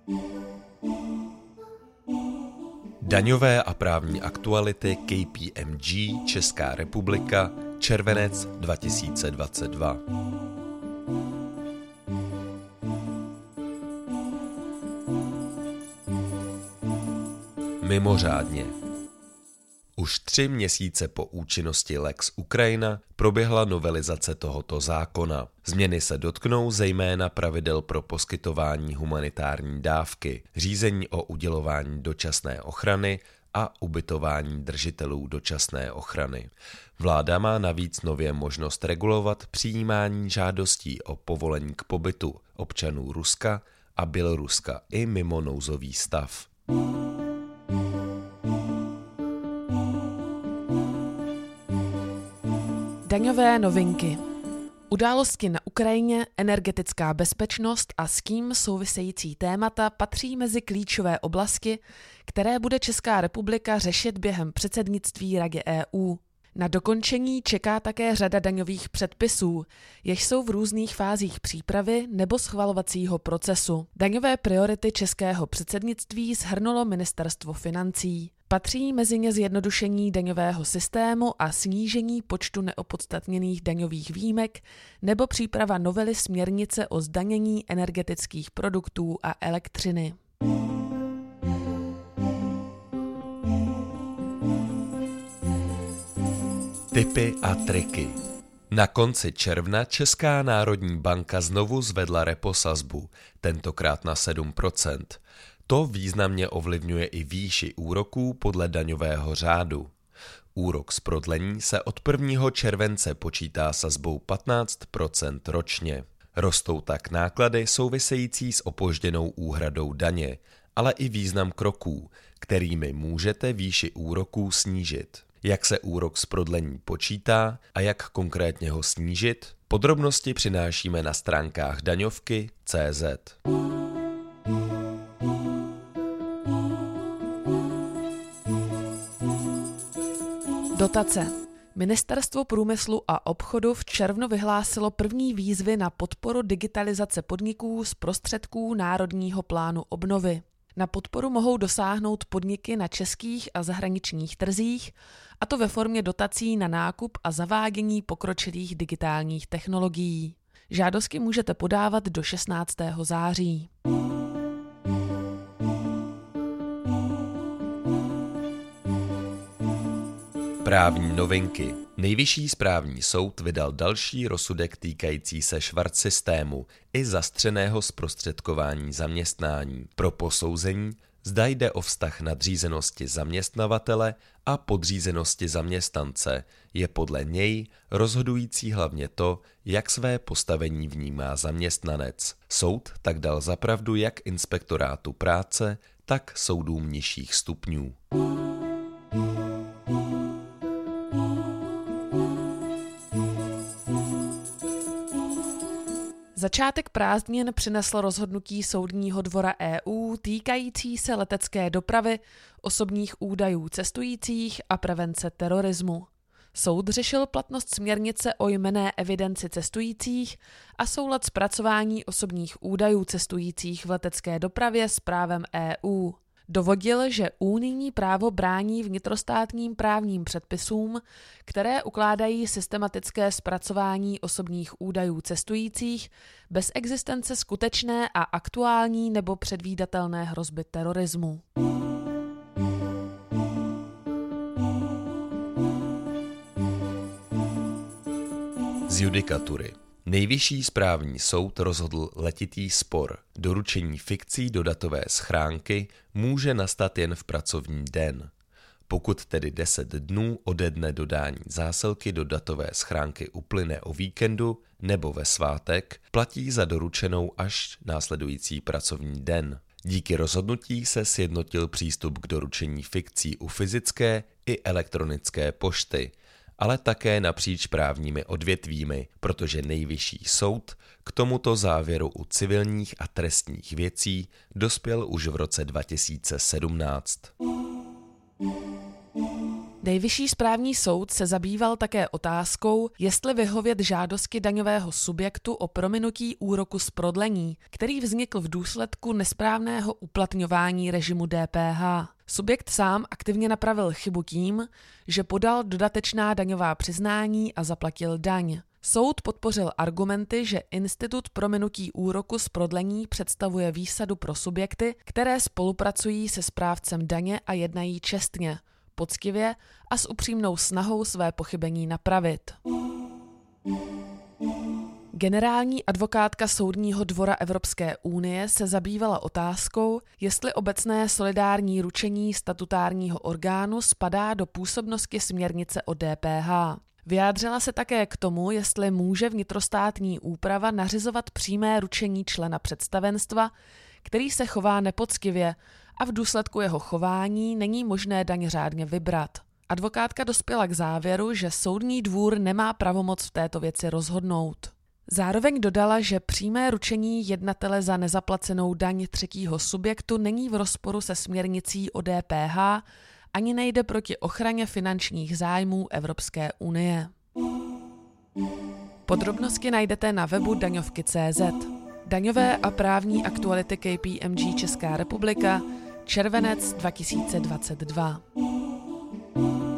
Daňové a právní aktuality KPMG Česká republika, červenec 2022. Mimořádně. Už 3 měsíce po účinnosti Lex Ukrajina proběhla novelizace tohoto zákona. Změny se dotknou zejména pravidel pro poskytování humanitární dávky, řízení o udělování dočasné ochrany a ubytování držitelů dočasné ochrany. Vláda má navíc nově možnost regulovat přijímání žádostí o povolení k pobytu občanů Ruska a Běloruska i mimo nouzový stav. Daňové novinky. Události na Ukrajině, energetická bezpečnost a s tím související témata patří mezi klíčové oblasti, které bude Česká republika řešit během předsednictví Radě EU. Na dokončení čeká také řada daňových předpisů, jež jsou v různých fázích přípravy nebo schvalovacího procesu. Daňové priority českého předsednictví shrnulo Ministerstvo financí. Patří mezi ně zjednodušení daňového systému a snížení počtu neopodstatněných daňových výjimek nebo příprava novely směrnice o zdanění energetických produktů a elektřiny. Tipy a triky. Na konci června Česká národní banka znovu zvedla repo sazbu, tentokrát na 7%. To významně ovlivňuje i výši úroků podle daňového řádu. Úrok z prodlení se od 1. července počítá sazbou 15% ročně. Rostou tak náklady související s opožděnou úhradou daně, ale i význam kroků, kterými můžete výši úroků snížit. Jak se úrok z prodlení počítá a jak konkrétně ho snížit? Podrobnosti přinášíme na stránkách daňovky.cz. Dotace. Ministerstvo průmyslu a obchodu v červnu vyhlásilo první výzvy na podporu digitalizace podniků z prostředků Národního plánu obnovy. Na podporu mohou dosáhnout podniky na českých a zahraničních trzích, a to ve formě dotací na nákup a zavádění pokročilých digitálních technologií. Žádosti můžete podávat do 16. září. Právní novinky. Nejvyšší správní soud vydal další rozsudek týkající se Švart systému i zastřeného zprostředkování zaměstnání. Pro posouzení, zda jde o vztah nadřízenosti zaměstnavatele a podřízenosti zaměstnance, je podle něj rozhodující hlavně to, jak své postavení vnímá zaměstnanec. Soud tak dal za pravdu jak inspektorátu práce, tak soudům nižších stupňů. Začátek prázdnin přinesl rozhodnutí Soudního dvora EU týkající se letecké dopravy, osobních údajů cestujících a prevence terorismu. Soud řešil platnost směrnice o jmenné evidenci cestujících a soulad zpracování osobních údajů cestujících v letecké dopravě s právem EU. Dovodil, že unijní právo brání vnitrostátním právním předpisům, které ukládají systematické zpracování osobních údajů cestujících bez existence skutečné a aktuální nebo předvídatelné hrozby terorismu. Z judikatury. Nejvyšší správní soud rozhodl letitý spor. Doručení fikcí do datové schránky může nastat jen v pracovní den. Pokud tedy 10 dnů ode dne dodání zásilky do datové schránky uplyne o víkendu nebo ve svátek, platí za doručenou až následující pracovní den. Díky rozhodnutí se sjednotil přístup k doručení fikcí u fyzické i elektronické pošty, ale také napříč právními odvětvími, protože Nejvyšší soud k tomuto závěru u civilních a trestních věcí dospěl už v roce 2017. Nejvyšší správní soud se zabýval také otázkou, jestli vyhovět žádosti daňového subjektu o prominutí úroku z prodlení, který vznikl v důsledku nesprávného uplatňování režimu DPH. Subjekt sám aktivně napravil chybu tím, že podal dodatečná daňová přiznání a zaplatil daň. Soud podpořil argumenty, že institut prominutí úroku z prodlení představuje výsadu pro subjekty, které spolupracují se správcem daně a jednají čestně, poctivě a s upřímnou snahou své pochybení napravit. Generální advokátka Soudního dvora Evropské unie se zabývala otázkou, jestli obecné solidární ručení statutárního orgánu spadá do působnosti směrnice o DPH. Vyjádřila se také k tomu, jestli může vnitrostátní úprava nařizovat přímé ručení člena představenstva, který se chová nepoctivě a v důsledku jeho chování není možné daň řádně vybrat. Advokátka dospěla k závěru, že Soudní dvůr nemá pravomoc v této věci rozhodnout. Zároveň dodala, že přímé ručení jednatele za nezaplacenou daň třetího subjektu není v rozporu se směrnicí o DPH ani nejde proti ochraně finančních zájmů Evropské unie. Podrobnosti najdete na webu daňovky.cz. Daňové a právní aktuality KPMG Česká republika, červenec 2022.